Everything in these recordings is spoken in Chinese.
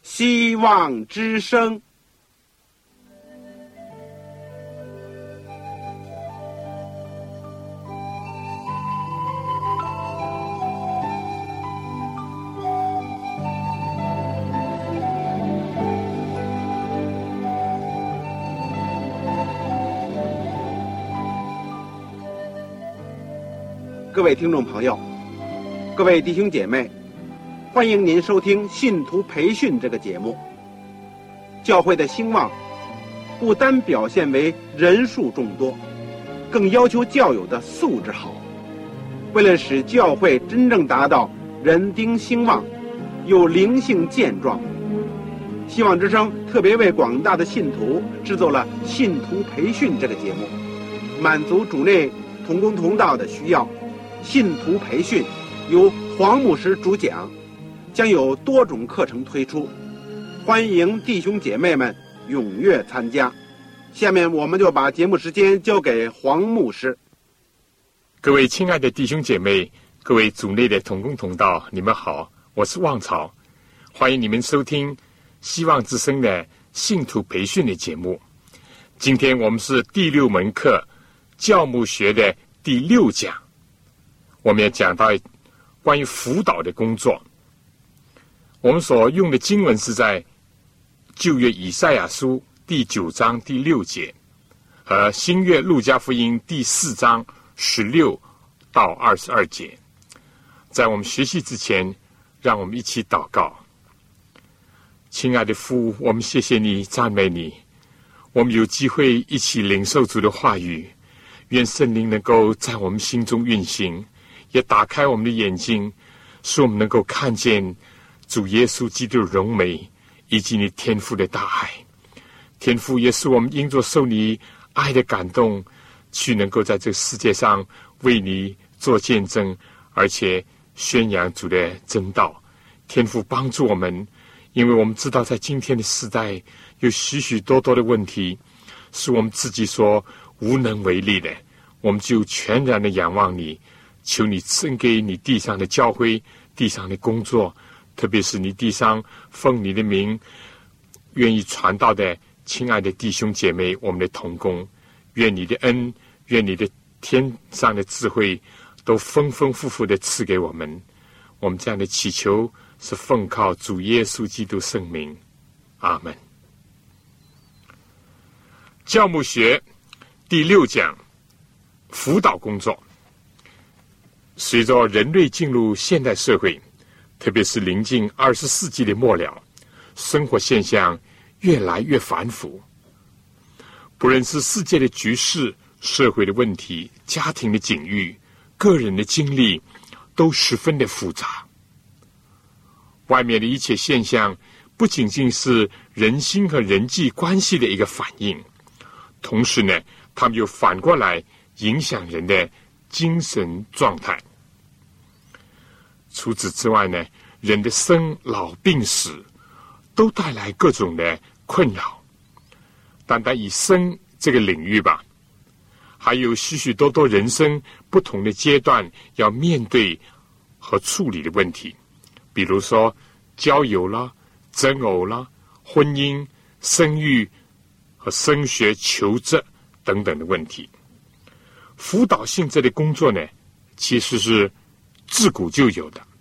希望之声。各位听众朋友，各位弟兄姐妹，欢迎您收听信徒培训这个节目。教会的兴旺不单表现为人数众多，更要求教友的素质好。为了使教会真正达到人丁兴旺又灵性健壮，希望之声特别为广大的信徒制作了信徒培训这个节目，满足主内同工同道的需要。信徒培训由黄牧师主讲，将有多种课程推出，欢迎弟兄姐妹们踊跃参加。下面我们就把节目时间交给黄牧师。 各位亲爱的弟兄姐妹，各位主内的同工同道，你们好，我是旺草，欢迎你们收听希望之声的信徒培训的节目。今天我们是第6门课教牧学的第6讲，我们要讲到关于辅导的工作。我们所用的经文是在旧约以赛亚书第9章第6节和新约路加福音第4章16到22节。在我们学习之前，让我们一起祷告。亲爱的父，我们谢谢你，赞美你，我们有机会一起领受主的话语，愿圣灵能够在我们心中运行，也打开我们的眼睛，使我们能够看见主耶稣基督的荣美，以及你天父的大爱。天父也使我们因着受你爱的感动，去能够在这个世界上为你做见证，而且宣扬主的真道。天父帮助我们，因为我们知道在今天的时代有许许多多的问题是我们自己所无能为力的，我们就全然的仰望你，求你赐给你地上的教会，地上的工作，特别是你地上奉你的名愿意传道的亲爱的弟兄姐妹，我们的同工，愿你的恩，愿你的天上的智慧都丰丰富富的赐给我们。我们这样的祈求是奉靠主耶稣基督圣名，阿门。教牧学第6讲，辅导工作。随着人类进入现代社会，特别是临近20世纪的末了，生活现象越来越繁复。不论是世界的局势、社会的问题、家庭的境遇、个人的经历，都十分的复杂。外面的一切现象，不仅仅是人心和人际关系的一个反应，同时呢，他们又反过来影响人的精神状态。除此之外呢，人的生老病死都带来各种的困扰。单单以生这个领域吧，还有许许多多人生不同的阶段要面对和处理的问题，比如说交友啦、择偶啦、婚姻、生育和升学、求职等等的问题。辅导性质的工作呢，其实是自古就有的。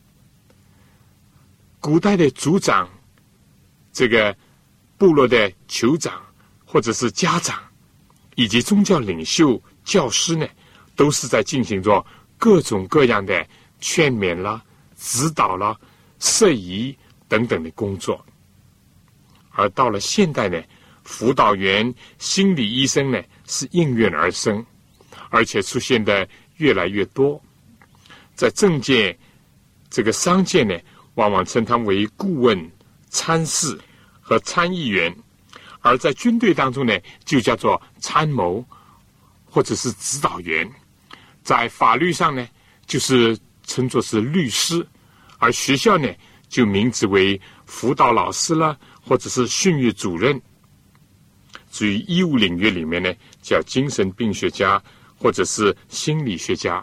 古代的族长，这个部落的酋长或者是家长，以及宗教领袖、教师呢，都是在进行着各种各样的劝勉啦、指导啦、摄疑等等的工作。而到了现代呢，辅导员、心理医生呢是应运而生，而且出现的越来越多。在政界、这个商界呢，往往称他们为顾问、参事和参议员；而在军队当中呢，就叫做参谋或者是指导员；在法律上呢，就是称作是律师；而学校呢，就名字为辅导老师啦，或者是训育主任。至于医务领域里面呢，叫精神病学家，或者是心理学家，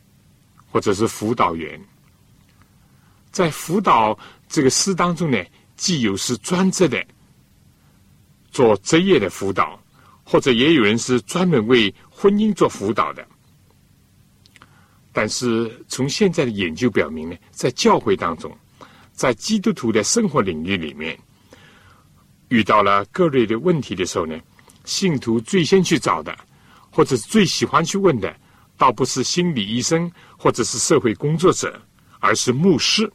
或者是辅导员。在辅导这个师当中呢， 既有是专职的做职业的辅导，或者也有人是专门为婚姻做辅导的。但是从现在的研究表明呢，在教会当中，在基督徒的生活领域里面，遇到了各类的问题的时候呢，信徒最先去找的，或者是最喜欢去问的，倒不是心理医生或者是社会工作者，而是牧师。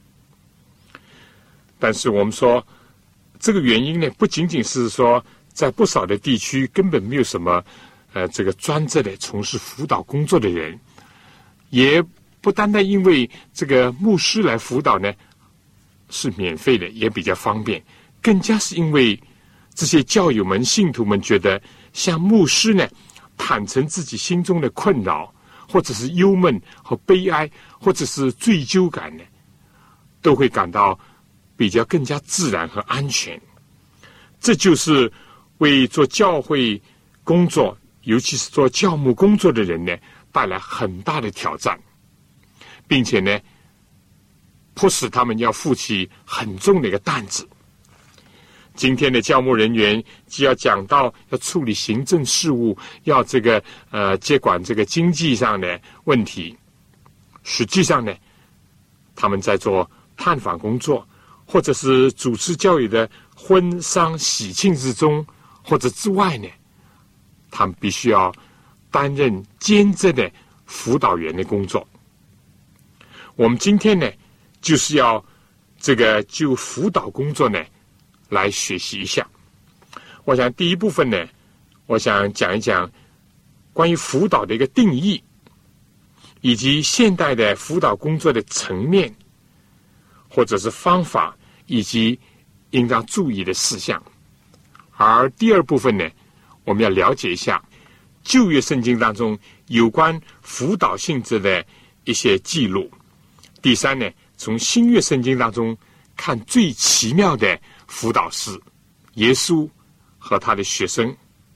但是我们说，这个原因呢，不仅仅是说在不少的地区根本没有什么这个专职的从事辅导工作的人，也不单单因为这个牧师来辅导呢是免费的，也比较方便，更加是因为这些教友们、信徒们觉得向牧师呢坦诚自己心中的困扰，或者是忧闷和悲哀，或者是罪疚感呢，都会感到比较更加自然和安全。这就是为做教会工作，尤其是做教牧工作的人呢，带来很大的挑战，并且呢，迫使他们要负起很重的一个担子。今天的教牧人员既要讲到要处理行政事务，要这个接管这个经济上的问题，实际上呢，他们在做探访工作，或者是主持教育的婚丧喜庆之中或者之外呢，他们必须要担任兼职的辅导员的工作。我们今天呢，就是要这个就辅导工作呢来学习一下。我想第一部分呢，我想讲一讲关于辅导的一个定义，以及现代的辅导工作的层面或者是方法，以及应当注意的事项。而第二部分呢，我们要了解一下旧约圣经当中有关辅导性质的一些记录。第三呢，从新约圣经当中看最奇妙的辅导师耶稣和他的学生。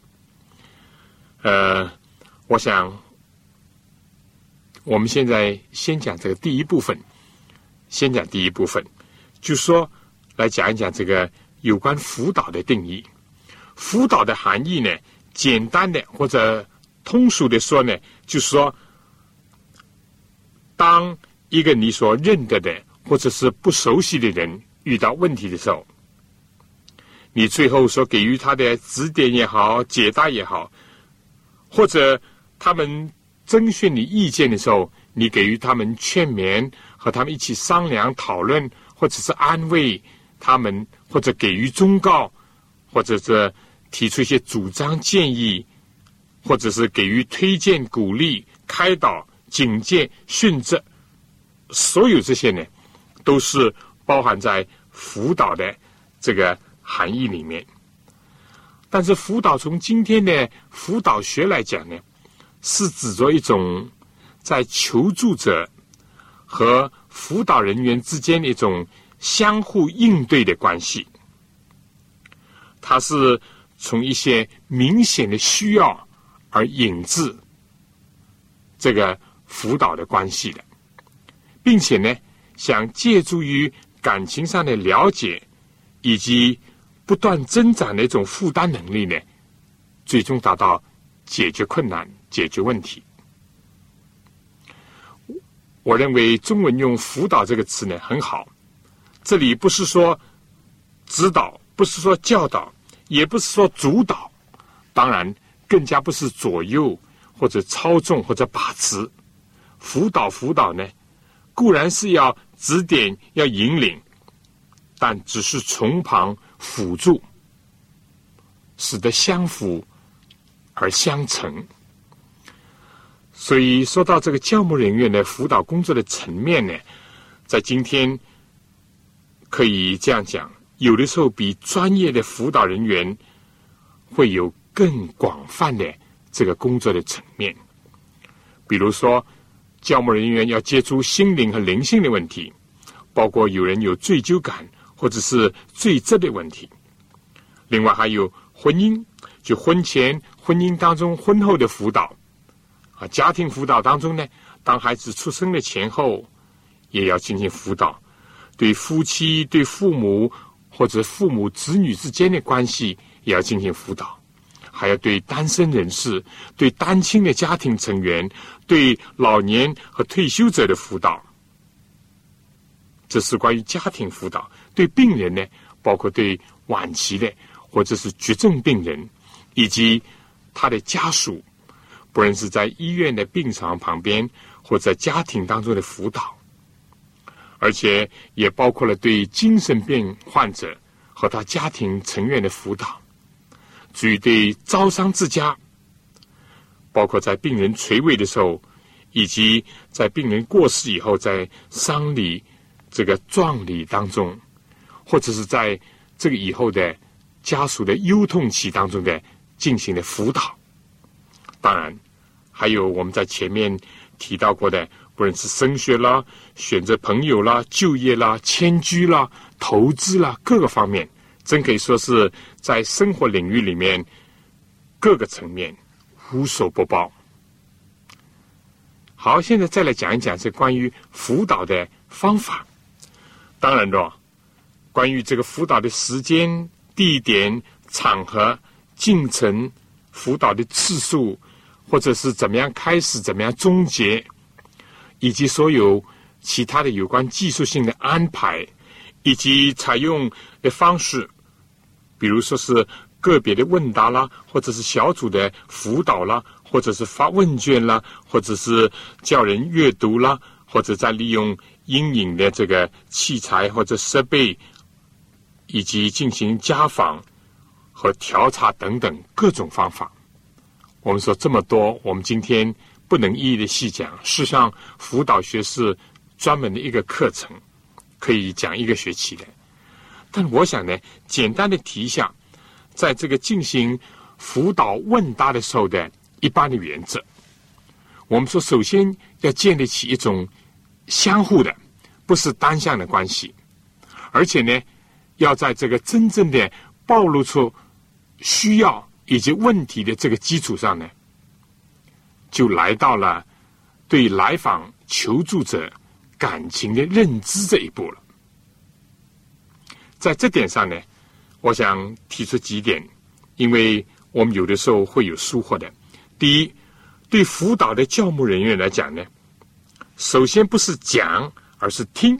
我想我们现在先讲这个第一部分，就说来讲一讲这个有关辅导的定义。辅导的含义呢，简单的或者通俗的说呢，就是说，当一个你所认得的或者是不熟悉的人遇到问题的时候，你最后所给予他的指点也好，解答也好，或者他们征询你意见的时候，你给予他们劝勉，和他们一起商量讨论，或者是安慰他们，或者给予忠告，或者是提出一些主张建议，或者是给予推荐鼓励、开导、警戒、训斥，所有这些呢，都是包含在辅导的这个含义里面。但是辅导从今天的辅导学来讲呢，是指着一种在求助者和辅导人员之间的一种相互应对的关系。它是从一些明显的需要而引致这个辅导的关系的，并且呢，想借助于感情上的了解以及不断增长的一种负担能力呢，最终达到解决困难、解决问题。我认为中文用辅导这个词呢很好，这里不是说指导，不是说教导，也不是说主导，当然更加不是左右或者操纵或者把持。辅导呢，固然是要指点、要引领，但只是从旁辅助，使得相辅而相成。所以说到这个教牧人员的辅导工作的层面呢，在今天可以这样讲，有的时候比专业的辅导人员会有更广泛的这个工作的层面。比如说教牧人员要接触心灵和灵性的问题，包括有人有罪疚感或者是罪责的问题。另外还有婚姻，就婚前、婚姻当中、婚后的辅导啊，家庭辅导当中呢，当孩子出生的前后也要进行辅导，对夫妻、对父母或者父母子女之间的关系也要进行辅导，还要对单身人士、对单亲的家庭成员、对老年和退休者的辅导。这是关于家庭辅导。对病人呢，包括对晚期的或者是绝症病人以及他的家属，不论是在医院的病床旁边或者家庭当中的辅导，而且也包括了对精神病患者和他家庭成员的辅导。至于对招商之家，包括在病人垂危的时候，以及在病人过世以后，在丧礼、这个葬礼当中，或者是在这个以后的家属的忧痛期当中的进行的辅导。当然还有我们在前面提到过的，不论是升学啦、选择朋友啦、就业啦、迁居啦、投资啦，各个方面，真可以说是在生活领域里面各个层面无所不包。好，现在再来讲一讲这关于辅导的方法。当然了，关于这个辅导的时间、地点、场合、进程、辅导的次数，或者是怎么样开始、怎么样终结，以及所有其他的有关技术性的安排，以及采用的方式，比如说是个别的问答啦，或者是小组的辅导啦，或者是发问卷啦，或者是叫人阅读啦，或者再利用阴影的这个器材或者设备，以及进行家访和调查等等各种方法。我们说这么多，我们今天不能一一的细讲。事实上，辅导学是专门的一个课程，可以讲一个学期的。但我想呢，简单的提一下，在这个进行辅导问答的时候的一般的原则。我们说，首先要建立起一种相互的，不是单向的关系，而且呢，要在这个真正的暴露出需要以及问题的这个基础上呢，就来到了对来访求助者感情的认知这一步了。在这点上呢，我想提出几点，因为我们有的时候会有疏忽的。第一，对辅导的教牧人员来讲呢，首先不是讲，而是听，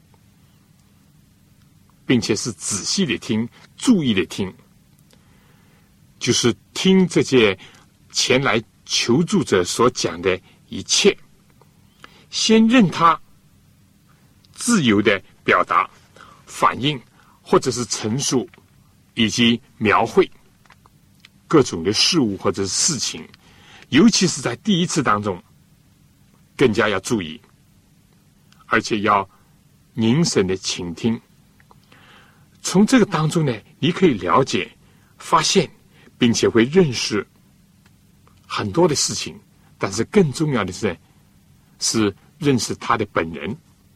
并且是仔细的听、注意的听，就是听这些前来求助者所讲的一切，先任他自由的表达、反应，或者是陈述，以及描绘各种的事物或者是事情，尤其是在第一次当中，更加要注意，而且要凝神的倾听。从这个当中呢，你可以了解、发现，并且会认识很多的事情，但是更重要的是认识他的本人，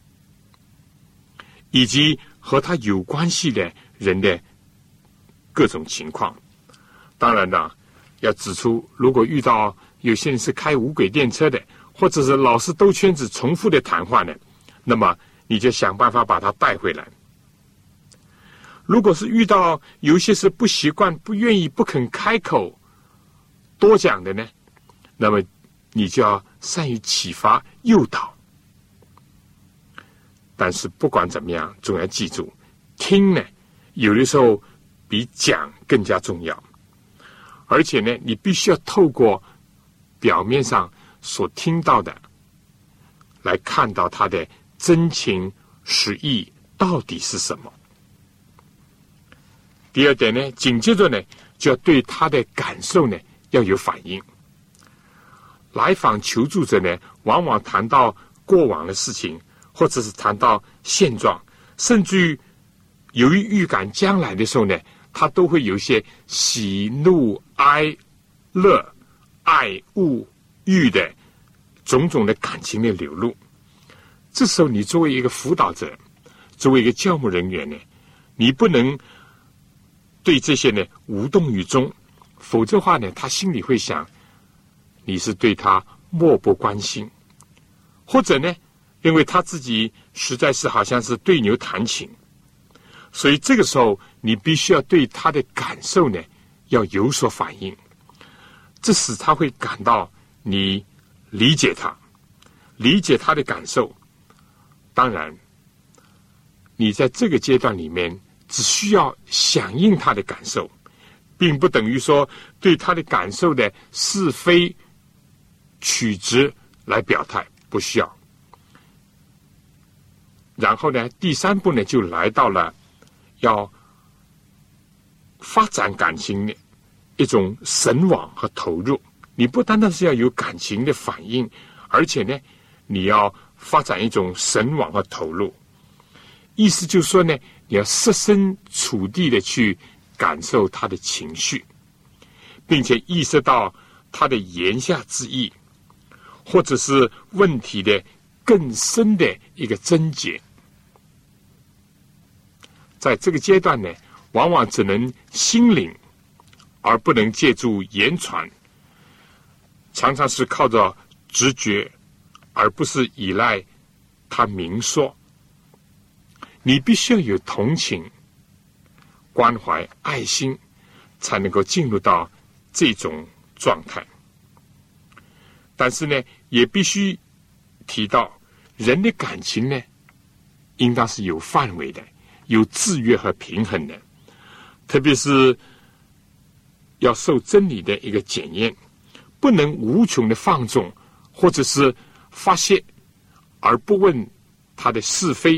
以及和他有关系的人的各种情况。当然了，要指出，如果遇到有些人是开无轨电车的，或者是老是兜圈子重复的谈话呢，那么你就想办法把他带回来。如果是遇到有些是不习惯、不愿意、不肯开口多讲的呢，那么你就要善于启发、诱导。但是不管怎么样，总要记住，听呢，有的时候比讲更加重要。而且呢，你必须要透过表面上所听到的，来看到他的真情实意到底是什么。第二点呢，紧接着呢，就要对他的感受呢要有反应。来访求助者呢，往往谈到过往的事情，或者是谈到现状，甚至于由于预感将来的时候呢，他都会有一些喜怒哀乐、爱恶欲的种种的感情的流露。这时候你作为一个辅导者，作为一个教牧人员呢，你不能对这些呢无动于衷，否则的话呢，他心里会想你是对他漠不关心，或者呢认为他自己实在是好像是对牛弹琴。 所以这个时候你必须要对他的感受呢要有所反应，这使他会感到你理解他，理解他的感受。当然你在这个阶段里面只需要响应他的感受，并不等于说对他的感受的是非曲直来表态，不需要。然后呢，第三步呢就来到了要发展感情的一种神往和投入。你不单单是要有感情的反应，而且呢你要发展一种神往和投入。意思就是说呢，你要设身处地的去感受他的情绪，并且意识到他的言下之意，或者是问题的更深的一个症结。在这个阶段呢，往往只能心领，而不能借助言传，常常是靠着直觉，而不是依赖他明说。你必须要有同情、关怀、爱心，才能够进入到这种状态。但是呢，也必须提到，人的感情呢，应当是有范围的，有制约和平衡的，特别是要受真理的一个检验，不能无穷的放纵，或者是发泄，而不问他的是非。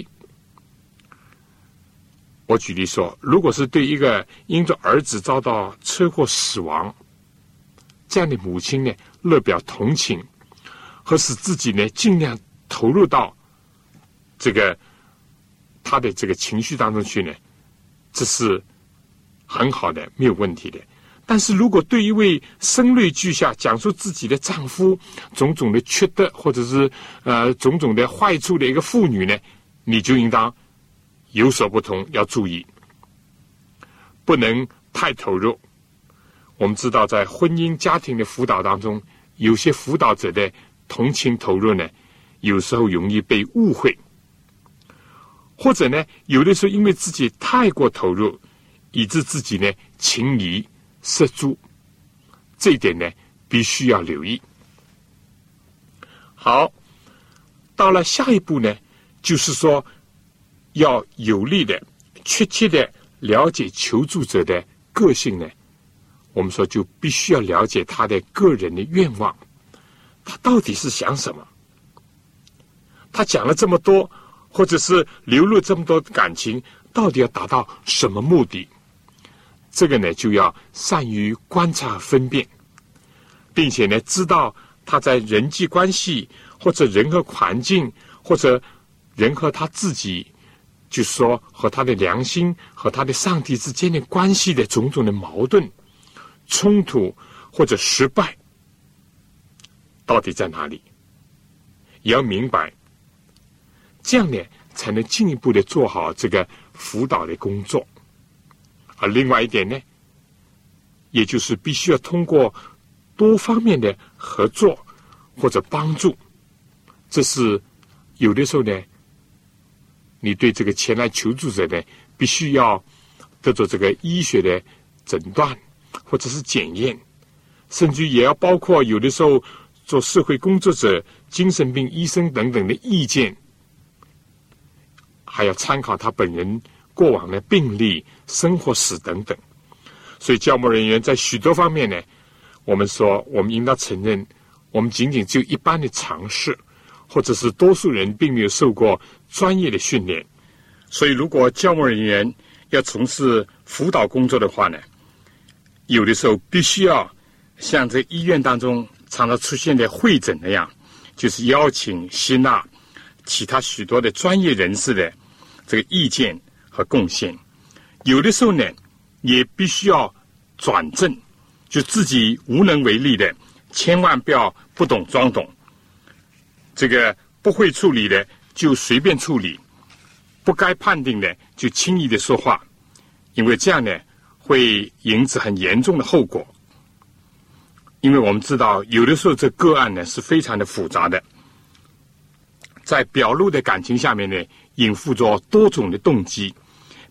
我举例说，如果是对一个因着儿子遭到车祸死亡这样的母亲呢，乐表同情，和使自己呢尽量投入到这个他的这个情绪当中去呢，这是很好的，没有问题的。但是如果对一位声泪俱下讲述自己的丈夫种种的缺德，或者是种种的坏处的一个妇女呢，你就应当有所不同，要注意，不能太投入。我们知道，在婚姻家庭的辅导当中，有些辅导者的同情投入呢，有时候容易被误会，或者呢，有的时候因为自己太过投入，以致自己呢情迷失足，这一点呢必须要留意。好，到了下一步呢，就是说要有力的、确切的了解求助者的个性呢，我们说就必须要了解他的个人的愿望，他到底是想什么？他讲了这么多，或者是流露这么多感情，到底要达到什么目的？这个呢，就要善于观察分辨，并且呢，知道他在人际关系，或者人和环境，或者人和他自己，就是说和他的良心和他的上帝之间的关系的种种的矛盾、冲突或者失败到底在哪里，也要明白，这样呢才能进一步的做好这个辅导的工作。而另外一点呢，也就是必须要通过多方面的合作或者帮助，这是有的时候呢，你对这个前来求助者呢，必须要得到这个医学的诊断或者是检验，甚至也要包括有的时候做社会工作者、精神病医生等等的意见，还要参考他本人过往的病历、生活史等等。所以教牧人员在许多方面呢，我们说我们应当承认，我们仅仅只有一般的常识，或者是多数人并没有受过专业的训练。所以如果教牧人员要从事辅导工作的话呢，有的时候必须要像在医院当中常常出现的会诊那样，就是邀请吸纳其他许多的专业人士的这个意见和贡献。有的时候呢，也必须要转正，就自己无能为力的，千万不要不懂装懂，这个不会处理的就随便处理，不该判定的就轻易的说话，因为这样呢会引致很严重的后果。因为我们知道有的时候这个案呢是非常的复杂的，在表露的感情下面呢，隐伏着多种的动机，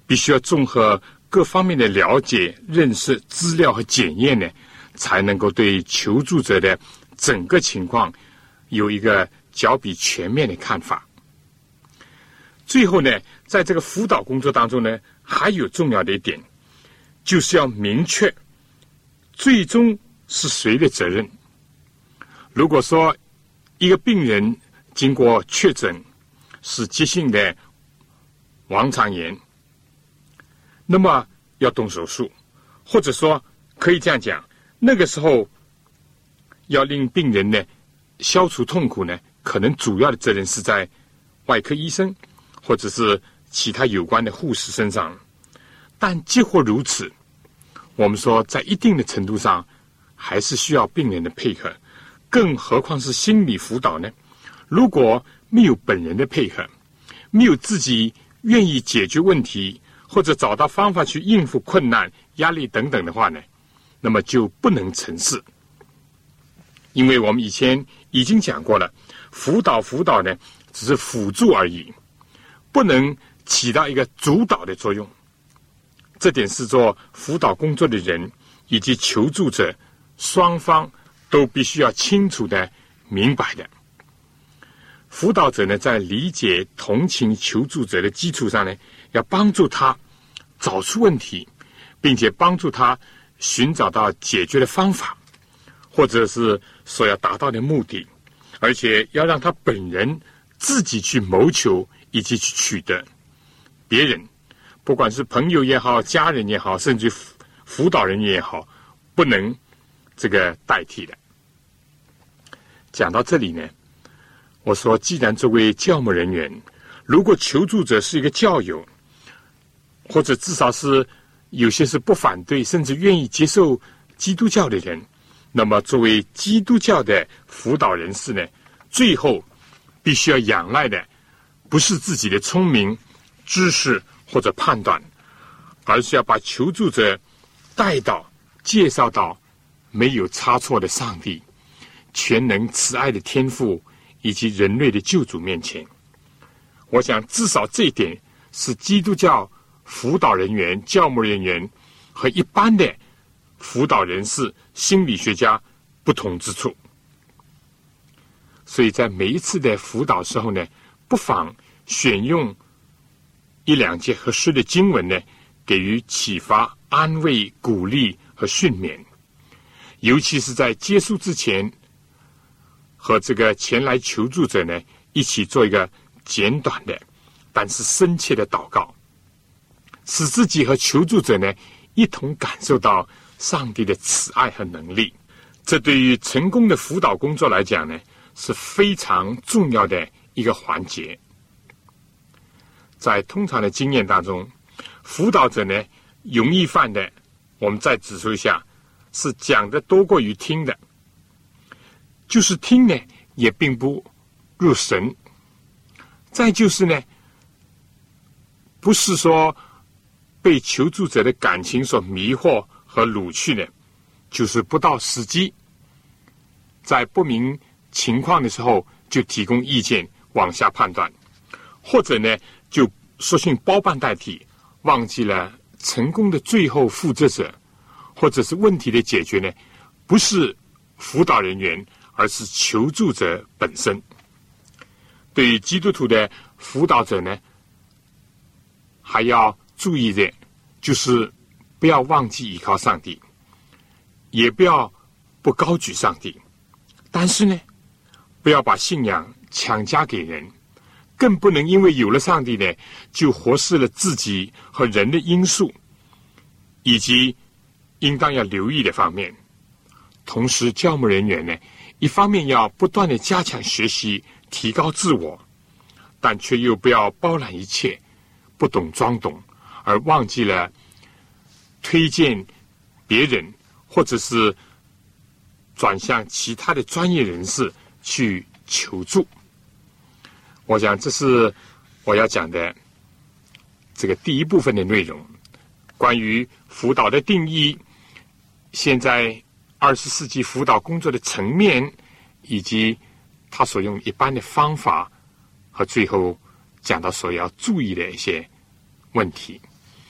必须要综合各方面的了解、认识、资料和检验呢，才能够对求助者的整个情况有一个较比全面的看法。最后呢，在这个辅导工作当中呢，还有重要的一点，就是要明确最终是谁的责任。如果说一个病人经过确诊是急性的盲肠炎，那么要动手术，或者说可以这样讲，那个时候要令病人呢消除痛苦呢，可能主要的责任是在外科医生或者是其他有关的护士身上。但即或如此，我们说在一定的程度上还是需要病人的配合，更何况是心理辅导呢？如果没有本人的配合，没有自己愿意解决问题或者找到方法去应付困难、压力等等的话呢，那么就不能成事。因为我们以前已经讲过了，辅导呢只是辅助而已，不能起到一个主导的作用。这点是做辅导工作的人以及求助者双方都必须要清楚的明白的。辅导者呢，在理解、同情求助者的基础上呢，要帮助他找出问题，并且帮助他寻找到解决的方法，或者是所要达到的目的，而且要让他本人自己去谋求以及去取得。别人不管是朋友也好、家人也好，甚至辅导人也好，不能这个代替的。讲到这里呢，我说既然作为教牧人员，如果求助者是一个教友，或者至少是有些是不反对甚至愿意接受基督教的人，那么作为基督教的辅导人士呢，最后必须要仰赖的不是自己的聪明、知识或者判断，而是要把求助者带到、介绍到没有差错的上帝、全能慈爱的天父以及人类的救主面前。我想至少这一点是基督教辅导人员、教牧人员和一般的辅导人士、心理学家不同之处。所以在每一次的辅导时候呢，不妨选用一两节合适的经文呢，给予启发、安慰、鼓励和训勉。尤其是在结束之前，和这个前来求助者呢，一起做一个简短的但是深切的祷告，使自己和求助者呢一同感受到上帝的慈爱和能力。这对于成功的辅导工作来讲呢，是非常重要的一个环节。在通常的经验当中，辅导者呢容易犯的，我们再指出一下，是讲的多过于听的，就是听呢也并不入神，再就是呢不是说被求助者的感情所迷惑和掳去呢，就是不到时机，在不明情况的时候就提供意见往下判断，或者呢就索性包办代替，忘记了成功的最后负责者，或者是问题的解决呢不是辅导人员，而是求助者本身。对于基督徒的辅导者呢，还要注意的就是不要忘记依靠上帝，也不要不高举上帝，但是呢不要把信仰强加给人，更不能因为有了上帝呢就忽视了自己和人的因素以及应当要留意的方面。同时教牧人员呢，一方面要不断的加强学习，提高自我，但却又不要包揽一切，不懂装懂，而忘记了推荐别人，或者是转向其他的专业人士去求助。我想这是我要讲的这个第一部分的内容，关于辅导的定义，现在20世纪辅导工作的层面，以及他所用一般的方法，和最后讲到所要注意的一些问题。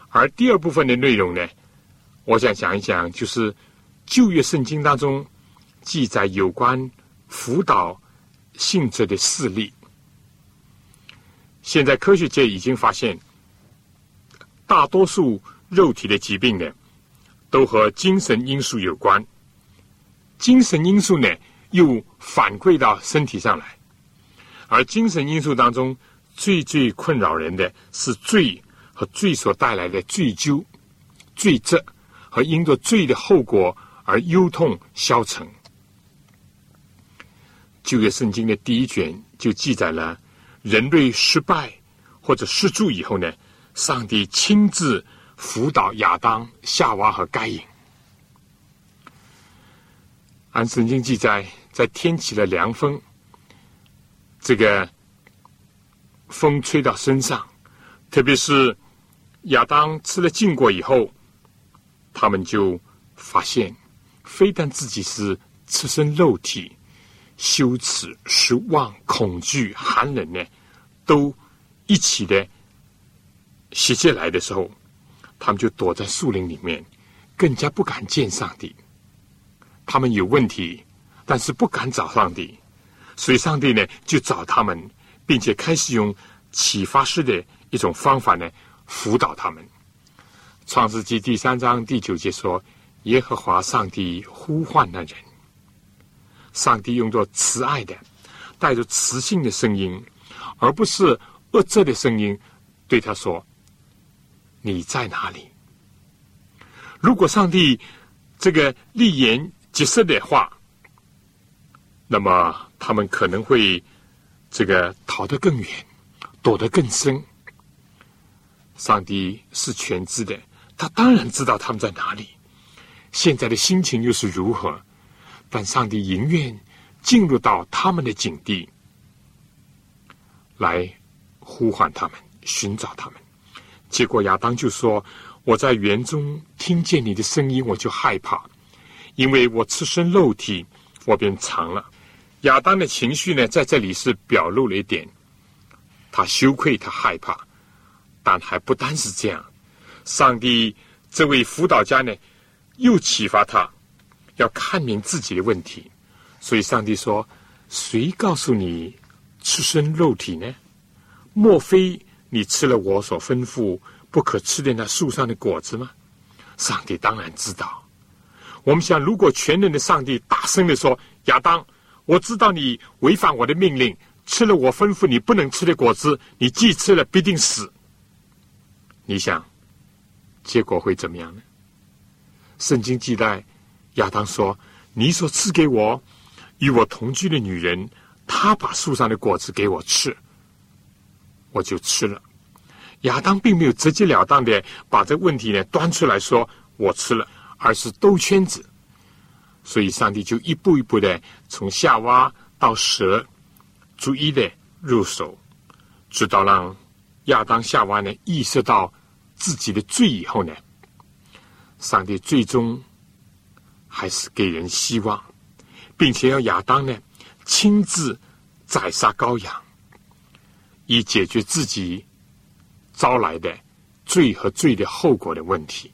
而第二部分的内容呢，我想讲一讲，就是旧约圣经当中记载有关辅导性质的事例。现在科学界已经发现，大多数肉体的疾病呢，都和精神因素有关。精神因素呢，又反馈到身体上来。而精神因素当中，最困扰人的是罪和罪所带来的罪疚、罪责和因着罪的后果而忧痛消沉。旧约圣经的第一卷就记载了人类失败或者失足以后呢，上帝亲自辅导亚当、夏娃和该隐。按圣经记载，在天起了凉风，这个风吹到身上，特别是亚当吃了禁果以后，他们就发现，非但自己是赤身肉体，羞耻、失望、恐惧、寒冷呢，都一起的袭击来的时候，他们就躲在树林里面，更加不敢见上帝。他们有问题，但是不敢找上帝，所以上帝呢就找他们，并且开始用启发式的一种方法呢辅导他们。创世纪第3章第9节说，耶和华上帝呼唤那人，上帝用作慈爱的、带着磁性的声音，而不是恶责的声音，对他说：你在哪里？如果上帝这个立言结舌的话，那么他们可能会这个逃得更远，躲得更深。上帝是全知的，他当然知道他们在哪里，现在的心情又是如何，但上帝宁愿进入到他们的境地，来呼唤他们，寻找他们。结果亚当就说：我在园中听见你的声音，我就害怕，因为我赤身肉体，我便藏了。亚当的情绪呢，在这里是表露了一点，他羞愧，他害怕，但还不单是这样。上帝这位辅导家呢，又启发他要看明自己的问题。所以上帝说：谁告诉你赤身肉体呢？莫非你吃了我所吩咐不可吃的那树上的果子吗？上帝当然知道。我们想，如果全能的上帝大声地说：亚当，我知道你违反我的命令，吃了我吩咐你不能吃的果子，你既吃了必定死。你想结果会怎么样呢？圣经记载，亚当说：你所赐给我与我同居的女人，她把树上的果子给我吃，我就吃了。亚当并没有直截了当的把这个问题呢端出来说我吃了，而是兜圈子。所以上帝就一步一步的从夏娃到蛇逐一的入手，直到让亚当夏娃呢意识到自己的罪以后呢，上帝最终还是给人希望，并且要亚当呢亲自宰杀羔羊，以解决自己招来的罪和罪的后果的问题。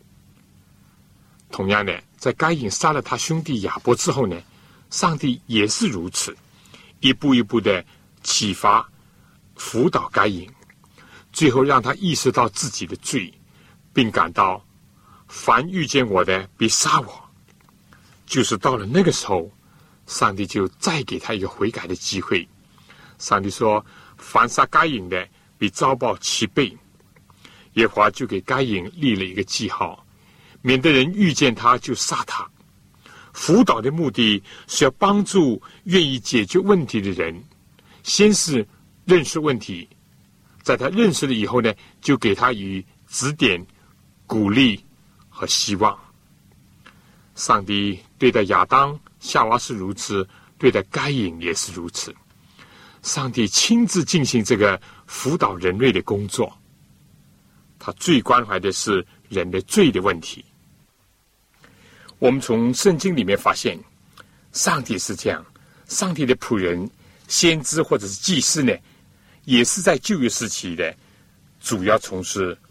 同样的，在该隐杀了他兄弟亚伯之后呢，上帝也是如此，一步一步的启发辅导该隐，最后让他意识到自己的罪，并感到凡遇见我的必杀我。就是到了那个时候，上帝就再给他一个悔改的机会。上帝说：凡杀该隐的必遭报7倍。耶和华就给该隐立了一个记号，免得人遇见他就杀他。辅导的目的是要帮助愿意解决问题的人，先是认识问题，在他认识了以后呢，就给他以指点、鼓励和希望。上帝对待亚当、夏娃是如此，对待该隐也是如此。上帝亲自进行这个辅导人类的工作，他最关怀的是人的罪的问题。我们从圣经里面发现，上帝是这样，上帝的仆人、先知或者是祭司呢，也是在旧约时期的主要从事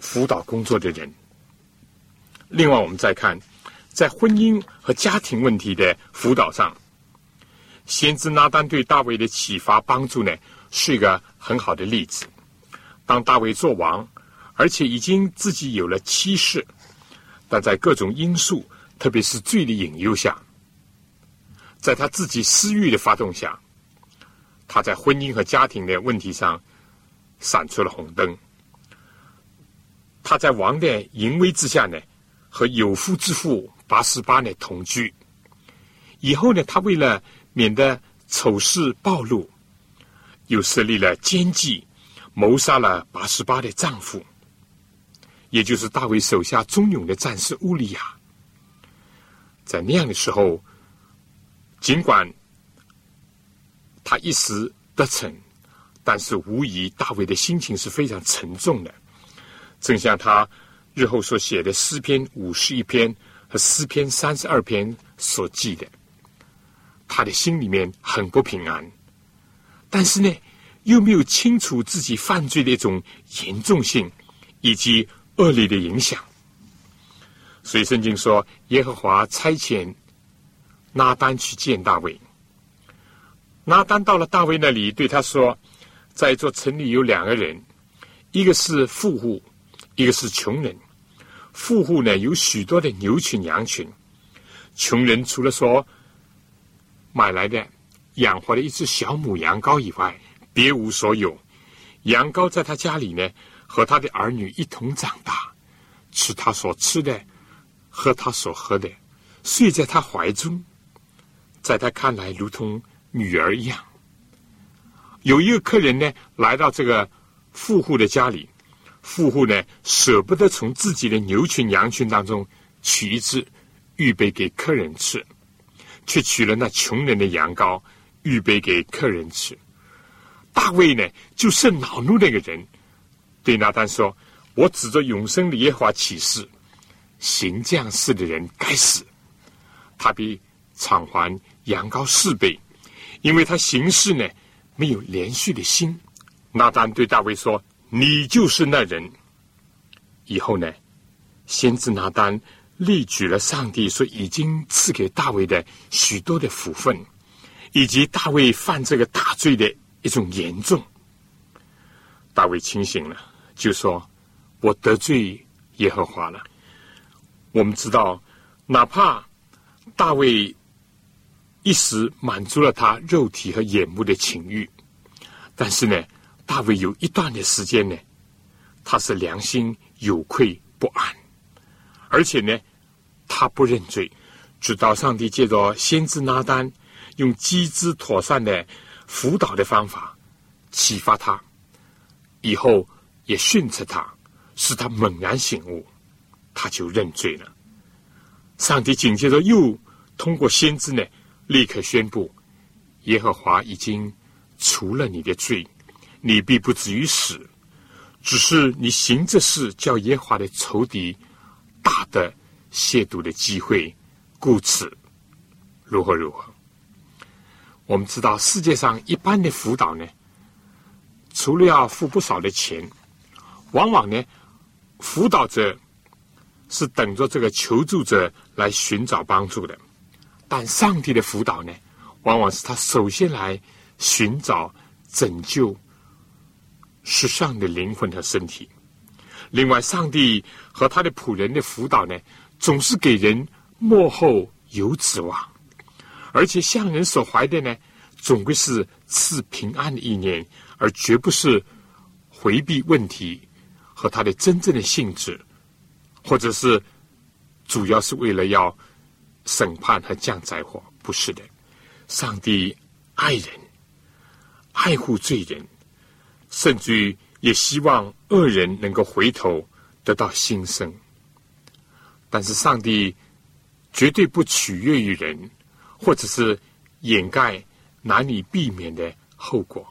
辅导工作的人。另外，我们再看在婚姻和家庭问题的辅导上，先知拿单对大卫的启发帮助呢，是一个很好的例子。当大卫做王，而且已经自己有了妻室，但在各种因素，特别是罪的引诱下，在他自己私欲的发动下，他在婚姻和家庭的问题上闪出了红灯。他在王的淫威之下呢，和有妇之妇拔示巴呢同居。以后呢，他为了免得丑事暴露，又设立了奸计，谋杀了拔示巴的丈夫，也就是大卫手下忠勇的战士乌利亚。在那样的时候，尽管他一时得逞，但是无疑大卫的心情是非常沉重的，正像他日后所写的诗篇51篇和诗篇32篇所记的，他的心里面很不平安，但是呢，又没有清楚自己犯罪的一种严重性以及恶劣的影响。所以圣经说，耶和华差遣拿单去见大卫。拿单到了大卫那里，对他说，在一座城里有2个人，一个是富户，一个是穷人。富户呢，有许多的牛群羊群，穷人除了说买来的养活的一只小母羊羔以外，别无所有。羊羔在他家里呢，和他的儿女一同长大，吃他所吃的，喝他所喝的，睡在他怀中，在他看来如同女儿一样。有一个客人呢，来到这个富户的家里，富户呢，舍不得从自己的牛群羊群当中取一只预备给客人吃，却取了那穷人的羊羔预备给客人吃。大卫呢，就甚恼怒那个人，对拿单说，我指着永生的耶和华起誓，行这样事的人该死，他必偿还羊羔4倍，因为他行事呢，没有连续的心。拿单对大卫说，你就是那人。以后呢，先知拿单列举了上帝所已经赐给大卫的许多的福分，以及大卫犯这个大罪的一种严重。大卫清醒了，就说，我得罪耶和华了。我们知道，哪怕大卫一时满足了他肉体和眼目的情欲，但是呢，大卫有一段的时间呢，他是良心有愧不安，而且呢，他不认罪，直到上帝借着先知拿单用机智妥善的辅导的方法启发他，以后也训斥他，使他猛然醒悟，他就认罪了。上帝紧接着又通过先知呢，立刻宣布，耶和华已经除了你的罪，你必不至于死，只是你行这事，叫耶和华的仇敌大的亵渎的机会，故此如何如何。我们知道世界上一般的辅导呢，除了要付不少的钱，往往呢，辅导者是等着这个求助者来寻找帮助的，但上帝的辅导呢，往往是他首先来寻找拯救世上的灵魂和身体。另外，上帝和他的仆人的辅导呢，总是给人末后有指望，而且向人所怀的呢，总归是赐平安的意念，而绝不是回避问题和它的真正的性质，或者是主要是为了要审判和降灾祸。不是的，上帝爱人，爱护罪人，甚至于也希望恶人能够回头得到新生。但是上帝绝对不取悦于人，或者是掩盖难以避免的后果。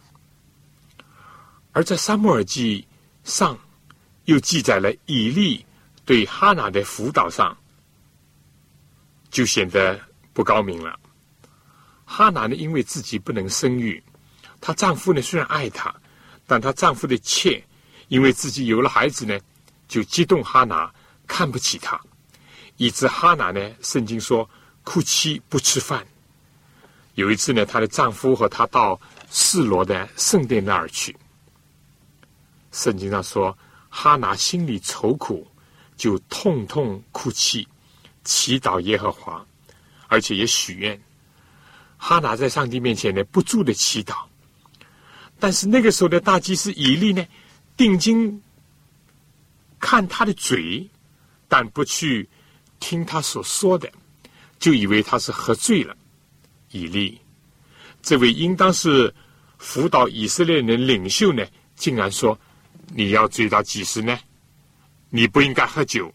而在撒母耳记上又记载了以利对哈拿的辅导上，就显得不高明了。哈拿呢，因为自己不能生育，她丈夫呢虽然爱她，但她丈夫的妾因为自己有了孩子呢， 就激动哈拿看不起他，以致哈拿呢，圣经说哭泣不吃饭。有一次呢，她的丈夫和她到示罗的圣殿那儿去，圣经上说哈拿心里愁苦，就痛痛哭泣，祈祷耶和华，而且也许愿。哈拿在上帝面前呢不住的祈祷，但是那个时候的大祭司以利呢，定睛看他的嘴，但不去听他所说的，就以为他是喝醉了。以利这位应当是辅导以色列人领袖呢，竟然说：你要追到几时呢？你不应该喝酒。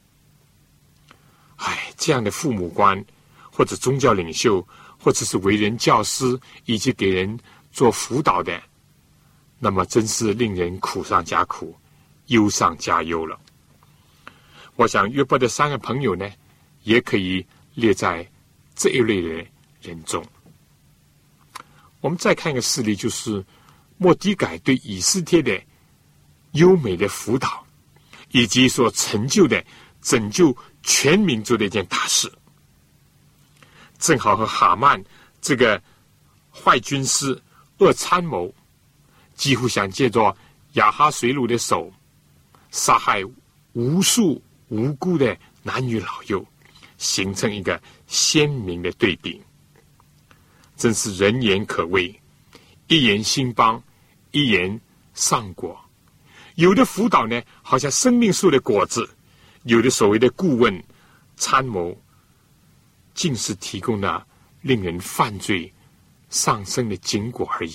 这样的父母官或者宗教领袖，或者是为人教师以及给人做辅导的，那么真是令人苦上加苦，忧上加忧了。我想约伯的三个朋友呢，也可以列在这一类的人中。我们再看一个事例，就是末底改对以斯帖的优美的辅导，以及所成就的拯救全民族的一件大事，正好和哈曼这个坏军师、恶参谋，几乎想借着亚哈随鲁的手杀害无数无辜的男女老幼，形成一个鲜明的对比。真是人言可畏，一言兴邦，一言丧国。有的辅导呢，好像生命树的果子；有的所谓的顾问、参谋，竟是提供了令人犯罪上升的经过而已。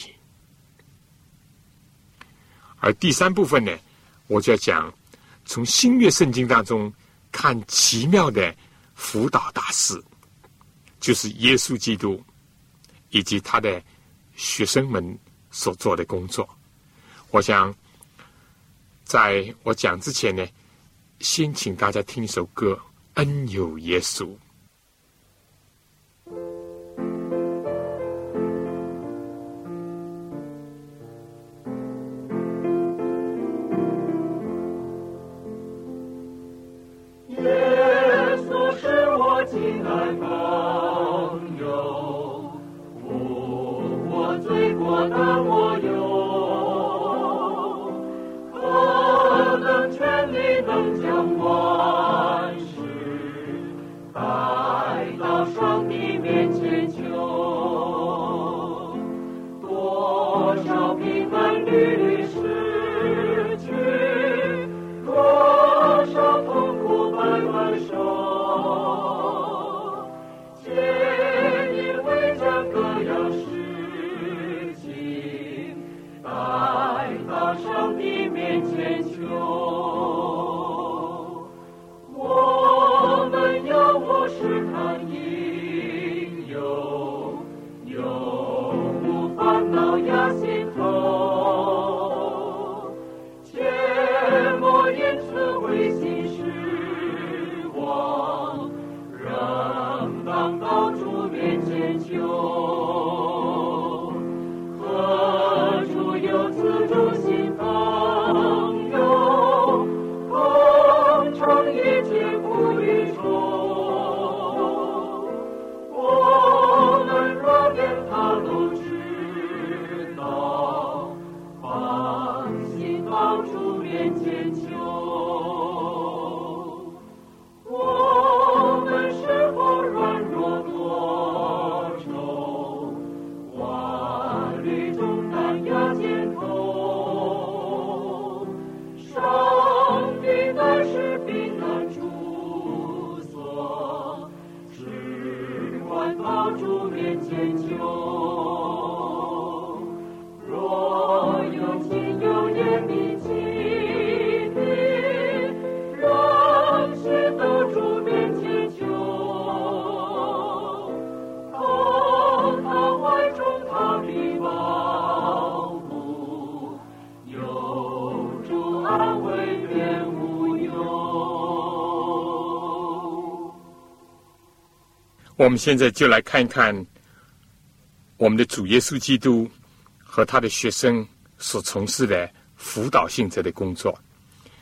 而第三部分呢，我就要讲从新约圣经当中看奇妙的辅导大事，就是耶稣基督以及他的学生们所做的工作。我想在我讲之前呢，先请大家听一首歌，恩有耶稣。 耶稣是我亲爱朋友，我罪过担我忧，何等权力能将万事带到上帝面前求，多少平安屡失去，多少痛苦百万受，皆因为将各样事情带到上帝面前求。我们要我试探应有，永无烦恼压心头，切莫因此灰心失望，仍当到主面前求。何处有此种心朋友，共尝一切苦与愁。我们若连他都知道，放心到主面前求。我们是否软弱多愁，万虑中担压肩头，上帝乃是避难处所，只管到主面前求。若有亲友也密契的，让许到主面前求，投他怀中他必保护，有主安慰便无忧。 我们现在就来看一看我们的主耶稣基督和他的学生所从事的辅导性质的工作。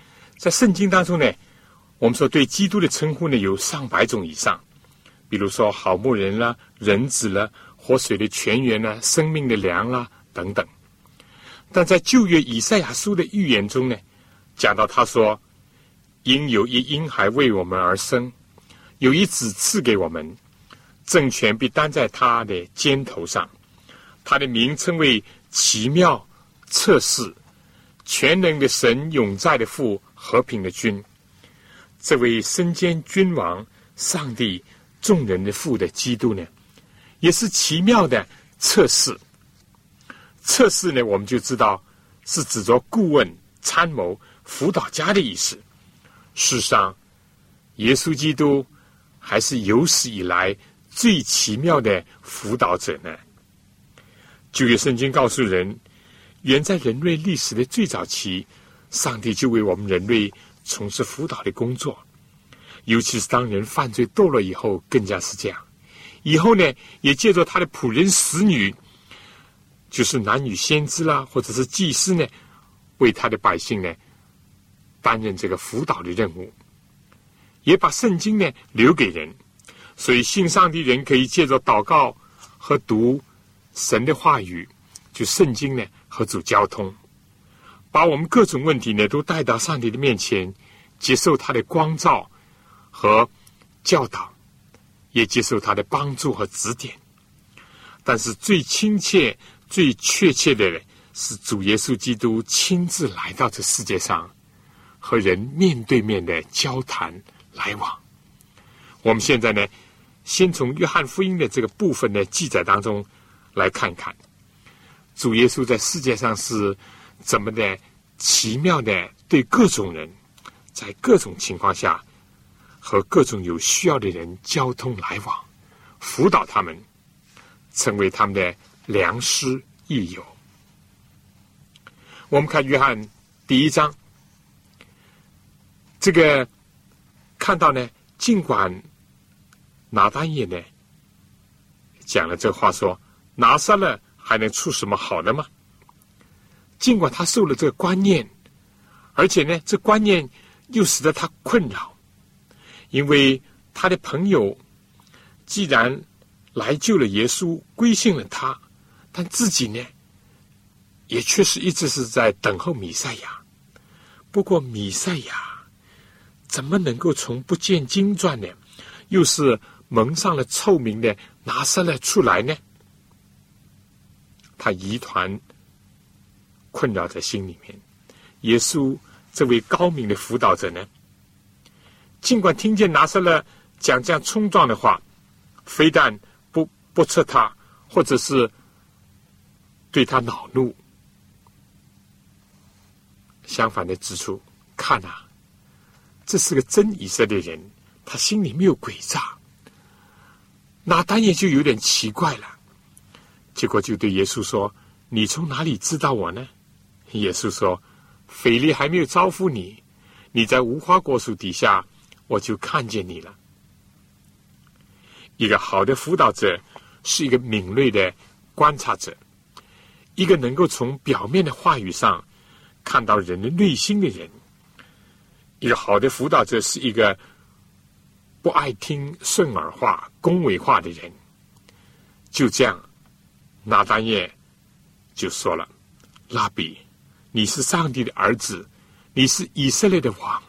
在圣经当中呢，我们说对基督的称呼呢有上百种以上，比如说好牧人啦、人子啦、活水的泉源啦、生命的粮啦等等。但在旧约以赛亚书的预言中呢，讲到他说，因有一婴孩为我们而生，有一子赐给我们，政权必担在他的肩头上，他的名称为奇妙、测试、全能的神、永在的父、和平的君。这位身兼君王、上帝、众人的父的基督呢，也是奇妙的测试。测试呢，我们就知道是指着顾问、参谋、辅导家的意思。事实上，耶稣基督还是有史以来最奇妙的辅导者呢。旧约圣经告诉人，远在人类历史的最早期，上帝就为我们人类从事辅导的工作，尤其是当人犯罪堕落以后，更加是这样。以后呢，也借着他的仆人使女，就是男女先知啦，或者是祭司呢，为他的百姓呢担任这个辅导的任务，也把圣经呢留给人，所以信上帝人可以借着祷告和读神的话语，就圣经呢和主交通，把我们各种问题呢都带到上帝的面前，接受他的光照和教导，也接受他的帮助和指点。但是最亲切最确切的是主耶稣基督亲自来到这世界上，和人面对面的交谈来往。我们现在呢，先从约翰福音的这个部分的记载当中来看看主耶稣在世界上是怎么的奇妙的对各种人，在各种情况下和各种有需要的人交通来往，辅导他们，成为他们的良师益友。我们看约翰第1章，这个看到呢，尽管拿但业呢讲了这话说，拿撒勒还能出什么好的吗？尽管他受了这个观念，而且呢，这观念又使得他困扰，因为他的朋友既然来救了耶稣，归信了他，但自己呢也确实一直是在等候弥赛亚。不过弥赛亚怎么能够从不见经传呢，又是蒙上了臭名的拿撒勒出来呢？他疑团困扰在心里面。耶稣这位高明的辅导者呢，尽管听见拿撒勒讲这样冲撞的话，非但不斥他，或者是对他恼怒，相反的指出，看啊，这是个真以色列人，他心里没有诡诈。拿但业就有点奇怪了，结果就对耶稣说，你从哪里知道我呢？耶稣说，腓力还没有招呼你，你在无花果树底下，我就看见你了。一个好的辅导者是一个敏锐的观察者，一个能够从表面的话语上看到人的内心的人。一个好的辅导者是一个不爱听顺耳话、恭维话的人。就这样，拿但业就说了，拉比，你是上帝的儿子，你是以色列的王。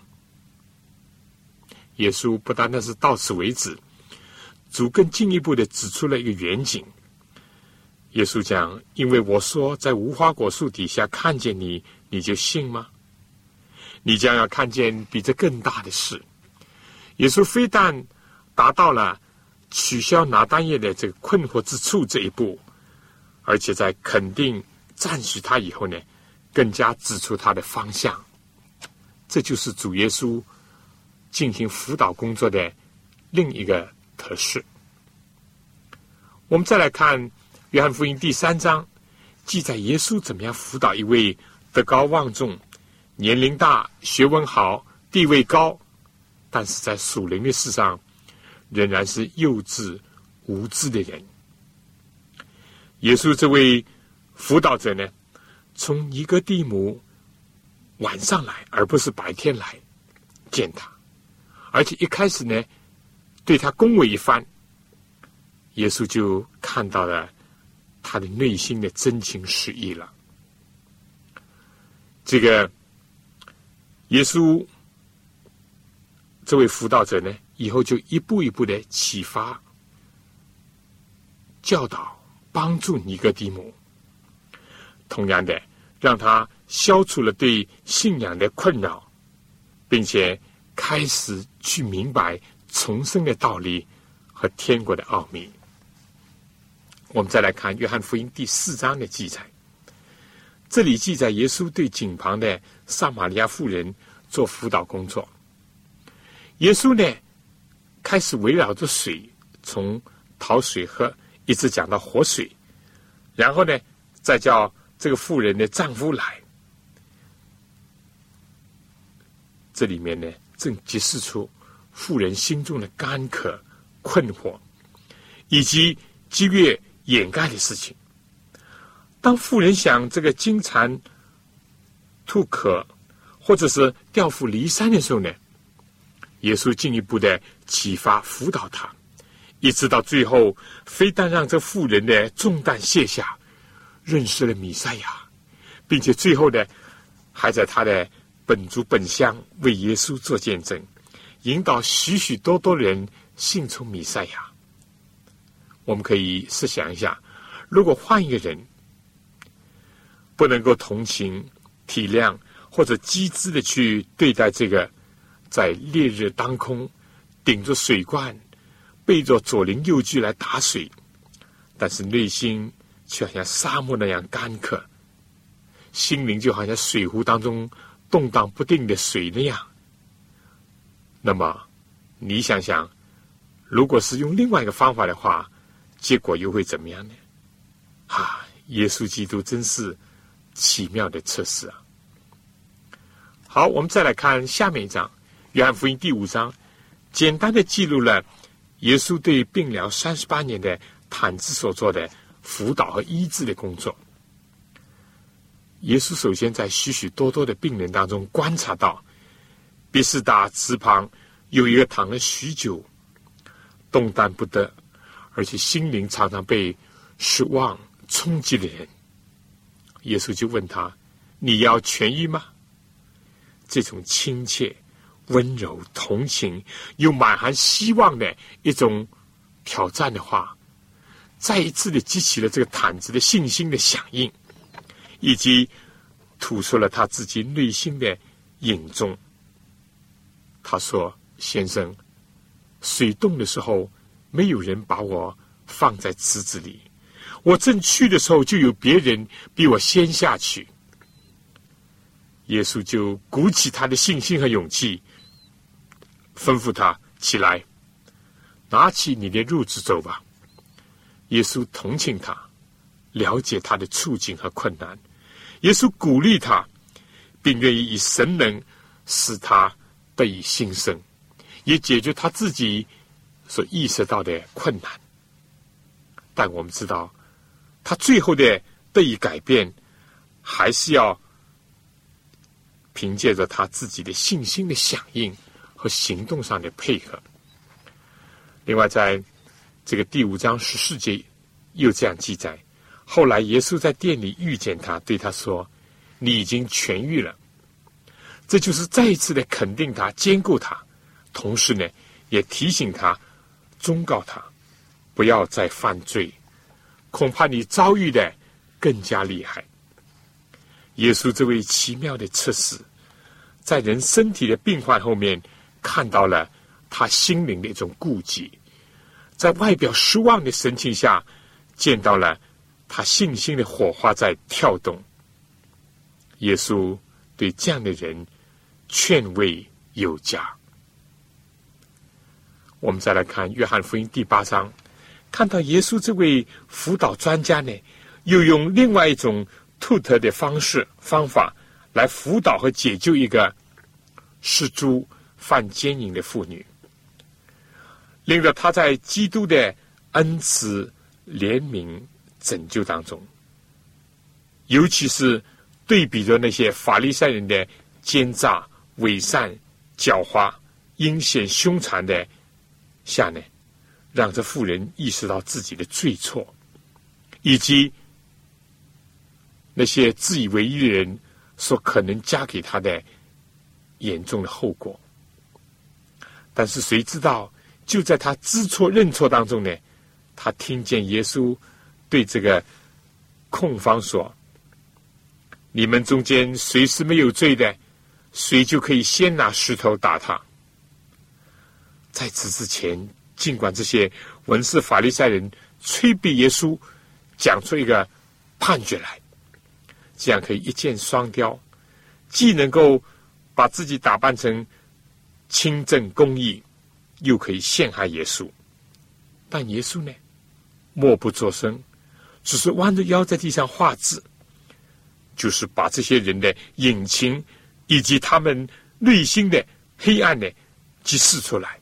耶稣不单单是到此为止，主更进一步的指出了一个远景。耶稣讲，因为我说在无花果树底下看见你，你就信吗？你将要看见比这更大的事。耶稣非但达到了取消拿但业的这个困惑之处这一步，而且在肯定赞许他以后呢，更加指出他的方向。这就是主耶稣进行辅导工作的另一个特色。我们再来看约翰福音第3章，记载耶稣怎么样辅导一位德高望重、年龄大、学问好、地位高，但是在属灵的事上仍然是幼稚无知的人。耶稣这位辅导者呢，从尼哥底母晚上来，而不是白天来， 见他，而且一开始呢，对他恭维一番，耶稣就看到了他的内心的真情实意了。这个耶稣这位辅导者呢，以后就一步一步的启发、教导、帮助尼哥底母，同样的让他消除了对信仰的困扰，并且开始去明白重生的道理和天国的奥秘。我们再来看约翰福音第4章的记载，这里记载耶稣对井旁的撒玛利亚妇人做辅导工作。耶稣呢，开始围绕着水，从讨水喝一直讲到活水，然后呢，再叫这个妇人的丈夫来。这里面呢，正揭示出妇人心中的干渴、困惑，以及几个月掩盖的事情。当妇人想这个金蝉吐渴，或者是调虎离山的时候呢，耶稣进一步的启发辅导他，一直到最后，非但让这妇人的重担卸下，认识了弥赛亚，并且最后呢，还在他的本族本乡为耶稣做见证，引导许许多多人信从弥赛亚。我们可以试想一下，如果换一个人，不能够同情、体谅或者机智的去对待这个在烈日当空顶着水罐背着左邻右居来打水，但是内心却好像沙漠那样干渴，心灵就好像水壶当中动荡不定的水那样，那么你想想，如果是用另外一个方法的话，结果又会怎么样呢？耶稣基督真是奇妙的测试啊！好，我们再来看下面一章，约翰福音第5章，简单的记录了耶稣对病疗38年的毯子所做的辅导和医治的工作。耶稣首先在许许多多的病人当中观察到，别是大池旁有一个躺了许久、动弹不得，而且心灵常常被失望冲击的人。耶稣就问他：你要痊愈吗？这种亲切、温柔、同情又满含希望的一种挑战的话，再一次的激起了这个毯子的信心的响应，以及吐出了他自己内心的隐衷。他说：先生，水冻的时候没有人把我放在池子里，我正去的时候就有别人比我先下去。耶稣就鼓起他的信心和勇气，吩咐他起来，拿起你的褥子走吧。耶稣同情他，了解他的处境和困难，耶稣鼓励他，并愿意以神能使他得以新生，也解决他自己所意识到的困难。但我们知道，他最后的得以改变，还是要凭借着他自己的信心的响应和行动上的配合。另外，在这个第5章14节又这样记载：后来耶稣在店里遇见他，对他说：你已经痊愈了。这就是再一次的肯定他、坚固他，同时呢，也提醒他、忠告他不要再犯罪，恐怕你遭遇的更加厉害。耶稣这位奇妙的测试，在人身体的病患后面看到了他心灵的一种顾忌，在外表失望的神情下见到了他信心的火花在跳动。耶稣对这样的人劝慰有加。我们再来看约翰福音第8章，看到耶稣这位辅导专家呢，又用另外一种独特的方法来辅导和解救一个失足犯奸淫的妇女，令到她在基督的恩慈、怜悯、拯救当中，尤其是对比着那些法利赛人的奸诈、伪善、 狡猾、阴险、凶残的下呢，让这妇人意识到自己的罪错，以及那些自以为意的人所可能加给他的严重的后果。但是谁知道，就在他知错认错当中呢，他听见耶稣对这个控方说：你们中间谁是没有罪的，谁就可以先拿石头打他。在此之前，尽管这些文士法利赛人催逼耶稣讲出一个判决来，这样可以一箭双雕，既能够把自己打扮成清正公义，又可以陷害耶稣。但耶稣呢，默不作声，只是弯着腰在地上画字，就是把这些人的隐情以及他们内心的黑暗呢揭示出来。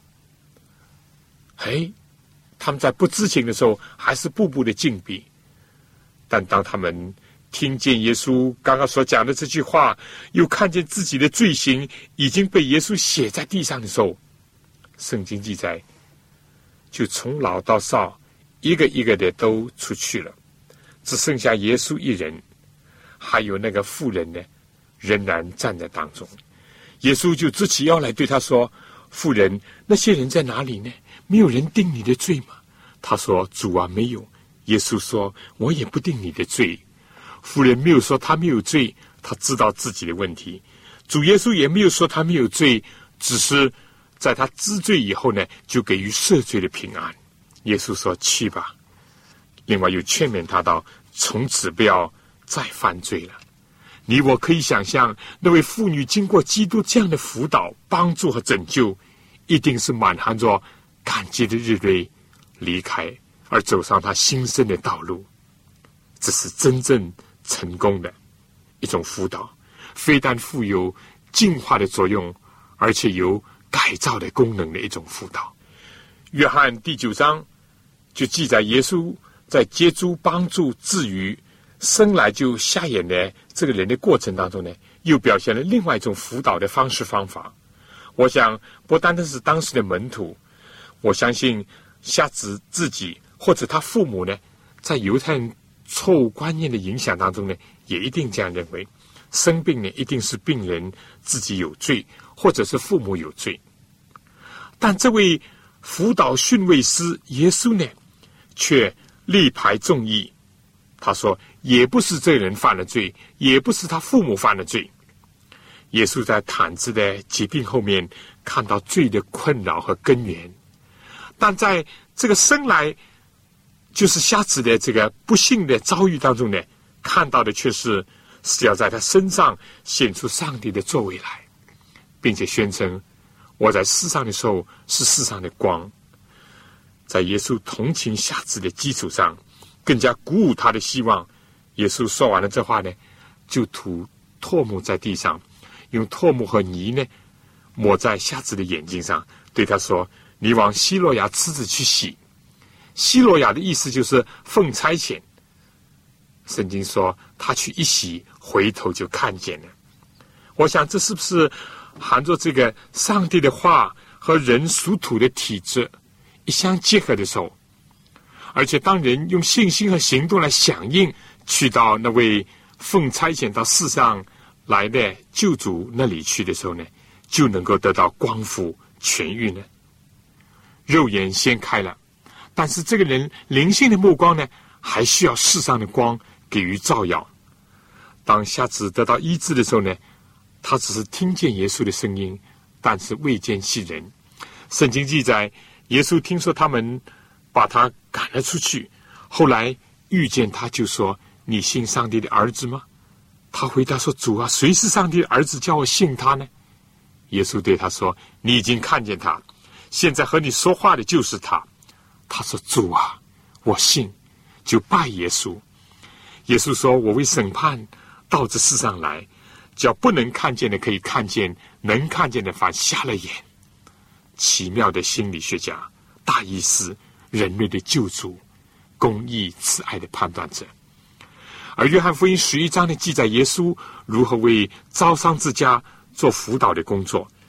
他们在不知情的时候还是步步的紧逼，但当他们听见耶稣刚刚所讲的这句话，又看见自己的罪行已经被耶稣写在地上的时候，圣经记载，就从老到少一个一个的都出去了，只剩下耶稣一人，还有那个妇人呢，仍然站在当中。耶稣就直起腰来对他说：妇人，那些人在哪里呢？没有人定你的罪吗？他说：主啊，没有。耶稣说：我也不定你的罪。妇人没有说他没有罪，他知道自己的问题。主耶稣也没有说他没有罪，只是在他知罪以后呢，就给予赦罪的平安。耶稣说：去吧。另外又劝勉他到从此不要再犯罪了。你我可以想象，那位妇女经过基督这样的辅导、帮助和拯救，一定是满含着感激的日泪离开，而走上他新生的道路。这是真正成功的一种辅导，非但富有净化的作用，而且有改造的功能的一种辅导。约翰第9章就记载耶稣在接触、帮助、治愈生来就瞎眼的这个人的过程当中呢，又表现了另外一种辅导的方式方法。我想不单单是当时的门徒，我相信瞎子自己或者他父母呢，在犹太人错误观念的影响当中呢，也一定这样认为，生病呢一定是病人自己有罪，或者是父母有罪。但这位辅导训慰师耶稣呢，却力排众议。他说，也不是这人犯了罪，也不是他父母犯了罪。耶稣在毯子的疾病后面看到罪的困扰和根源，但在这个生来就是瞎子的这个不幸的遭遇当中呢，看到的却是要在他身上显出上帝的作为来，并且宣称我在世上的时候是世上的光。在耶稣同情瞎子的基础上，更加鼓舞他的希望。耶稣说完了这话呢，就吐唾沫在地上，用唾沫和泥呢抹在瞎子的眼睛上，对他说：你往西罗亚池子去洗。西罗亚的意思就是奉差遣。圣经说他去一洗，回头就看见了。我想这是不是含着这个上帝的话和人属土的体质一相结合的时候，而且当人用信心和行动来响应，去到那位奉差遣到世上来的救主那里去的时候呢，就能够得到光复痊愈呢？肉眼先开了，但是这个人灵性的目光呢，还需要世上的光给予照耀。当瞎子得到医治的时候呢，他只是听见耶稣的声音，但是未见其人。圣经记载，耶稣听说他们把他赶了出去，后来遇见他就说：你信上帝的儿子吗？他回答说：主啊，谁是上帝的儿子，叫我信他呢？耶稣对他说：你已经看见他，现在和你说话的就是他。他说：主啊，我信，就拜耶稣。耶稣说：我为审判到这世上来，叫不能看见的可以看见，能看见的反瞎了眼。奇妙的心理学家，大医师，人类的救主，公义慈爱的判断者。而约翰福音11章的记载耶稣如何为招商之家做辅导的工作。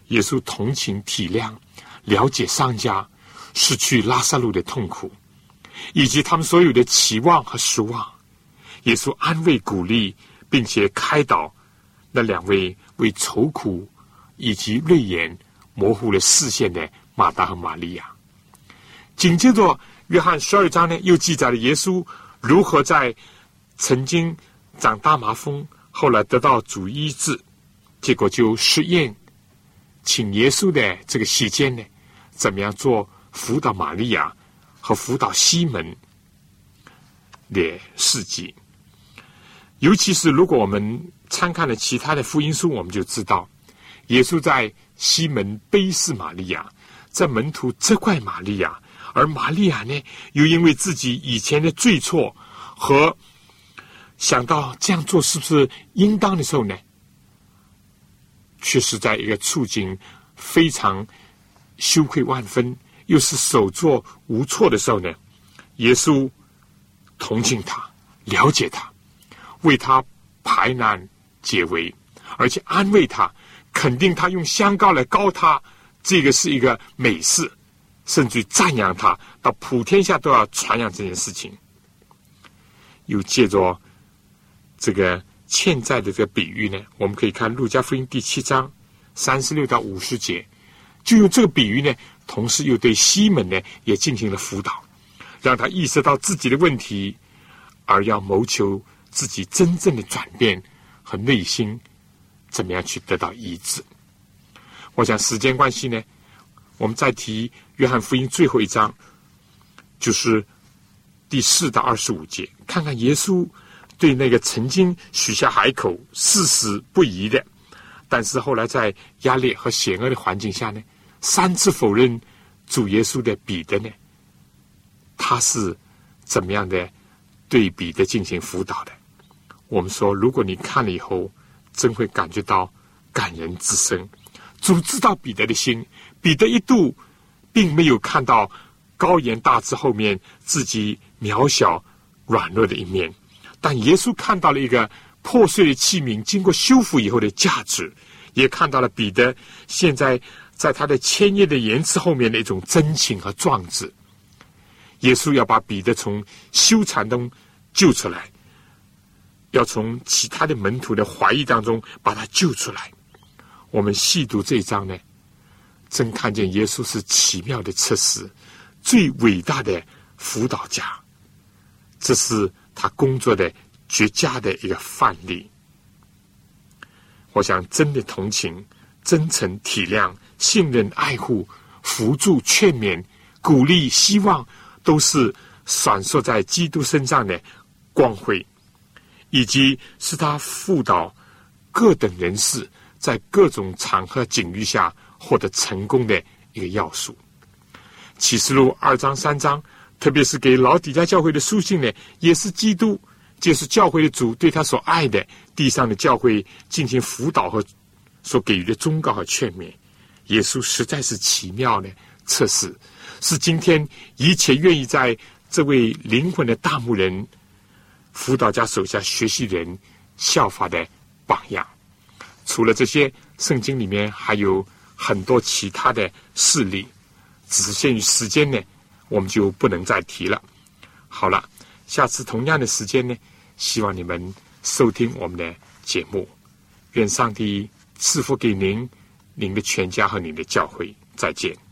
耶稣同情体谅了解商家失去拉撒路的痛苦，以及他们所有的期望和失望。耶稣安慰鼓励，并且开导那两位为愁苦以及泪眼模糊了视线的马大和玛利亚。紧接着约翰12章呢，又记载了耶稣如何在曾经长大麻风，后来得到主医治，结果就试验请耶稣的这个期间呢，怎么样做辅导玛利亚和辅导西门的事迹。尤其是如果我们参看了其他的福音书，我们就知道耶稣在西门背视玛利亚，在门徒责怪玛利亚，而玛利亚呢，又因为自己以前的罪错和想到这样做是不是应当的时候呢，却是在一个处境非常羞愧万分，又是手足无措的时候呢，耶稣同情他，了解他，为他排难解围，而且安慰他，肯定他，用香膏来膏他，这个是一个美事，甚至赞扬他，到普天下都要传扬这件事情。又借着这个欠债的这个比喻呢，我们可以看路加福音第7章36到50节，就用这个比喻呢，同时又对西门呢也进行了辅导，让他意识到自己的问题，而要谋求自己真正的转变和内心怎么样去得到医治。我想时间关系呢，我们再提约翰福音最后一章，就是第4到25节，看看耶稣对那个曾经许下海口誓死不移的，但是后来在压力和险恶的环境下呢，3次否认主耶稣的彼得呢，他是怎么样的对彼得进行辅导的。我们说，如果你看了以后，真会感觉到感人至深。主知道彼得的心，彼得一度并没有看到高言大志后面自己渺小软弱的一面，但耶稣看到了一个破碎的器皿经过修复以后的价值，也看到了彼得现在在他的千叶的言辞后面的一种真情和壮志。耶稣要把彼得从羞惭中救出来，要从其他的门徒的怀疑当中把他救出来。我们细读这一章呢，真看见耶稣是奇妙的测试，最伟大的辅导家，这是他工作的绝佳的一个范例。我想真的同情、真诚、体谅、信任、爱护、扶助、劝勉、鼓励、希望，都是闪烁在基督身上的光辉，以及是他辅导各等人士在各种场合境遇下获得成功的一个要素。启示录2章3章，特别是给老底嘉教会的书信呢，也是基督，就是教会的主对他所爱的地上的教会进行辅导和所给予的忠告和劝勉。耶稣实在是奇妙的测试，是今天一切愿意在这位灵魂的大牧人辅导家手下学习人效法的榜样。除了这些，圣经里面还有很多其他的事例，只是限于时间呢，我们就不能再提了。好了，下次同样的时间呢，希望你们收听我们的节目。愿上帝赐福给您、您的全家和您的教会。再见。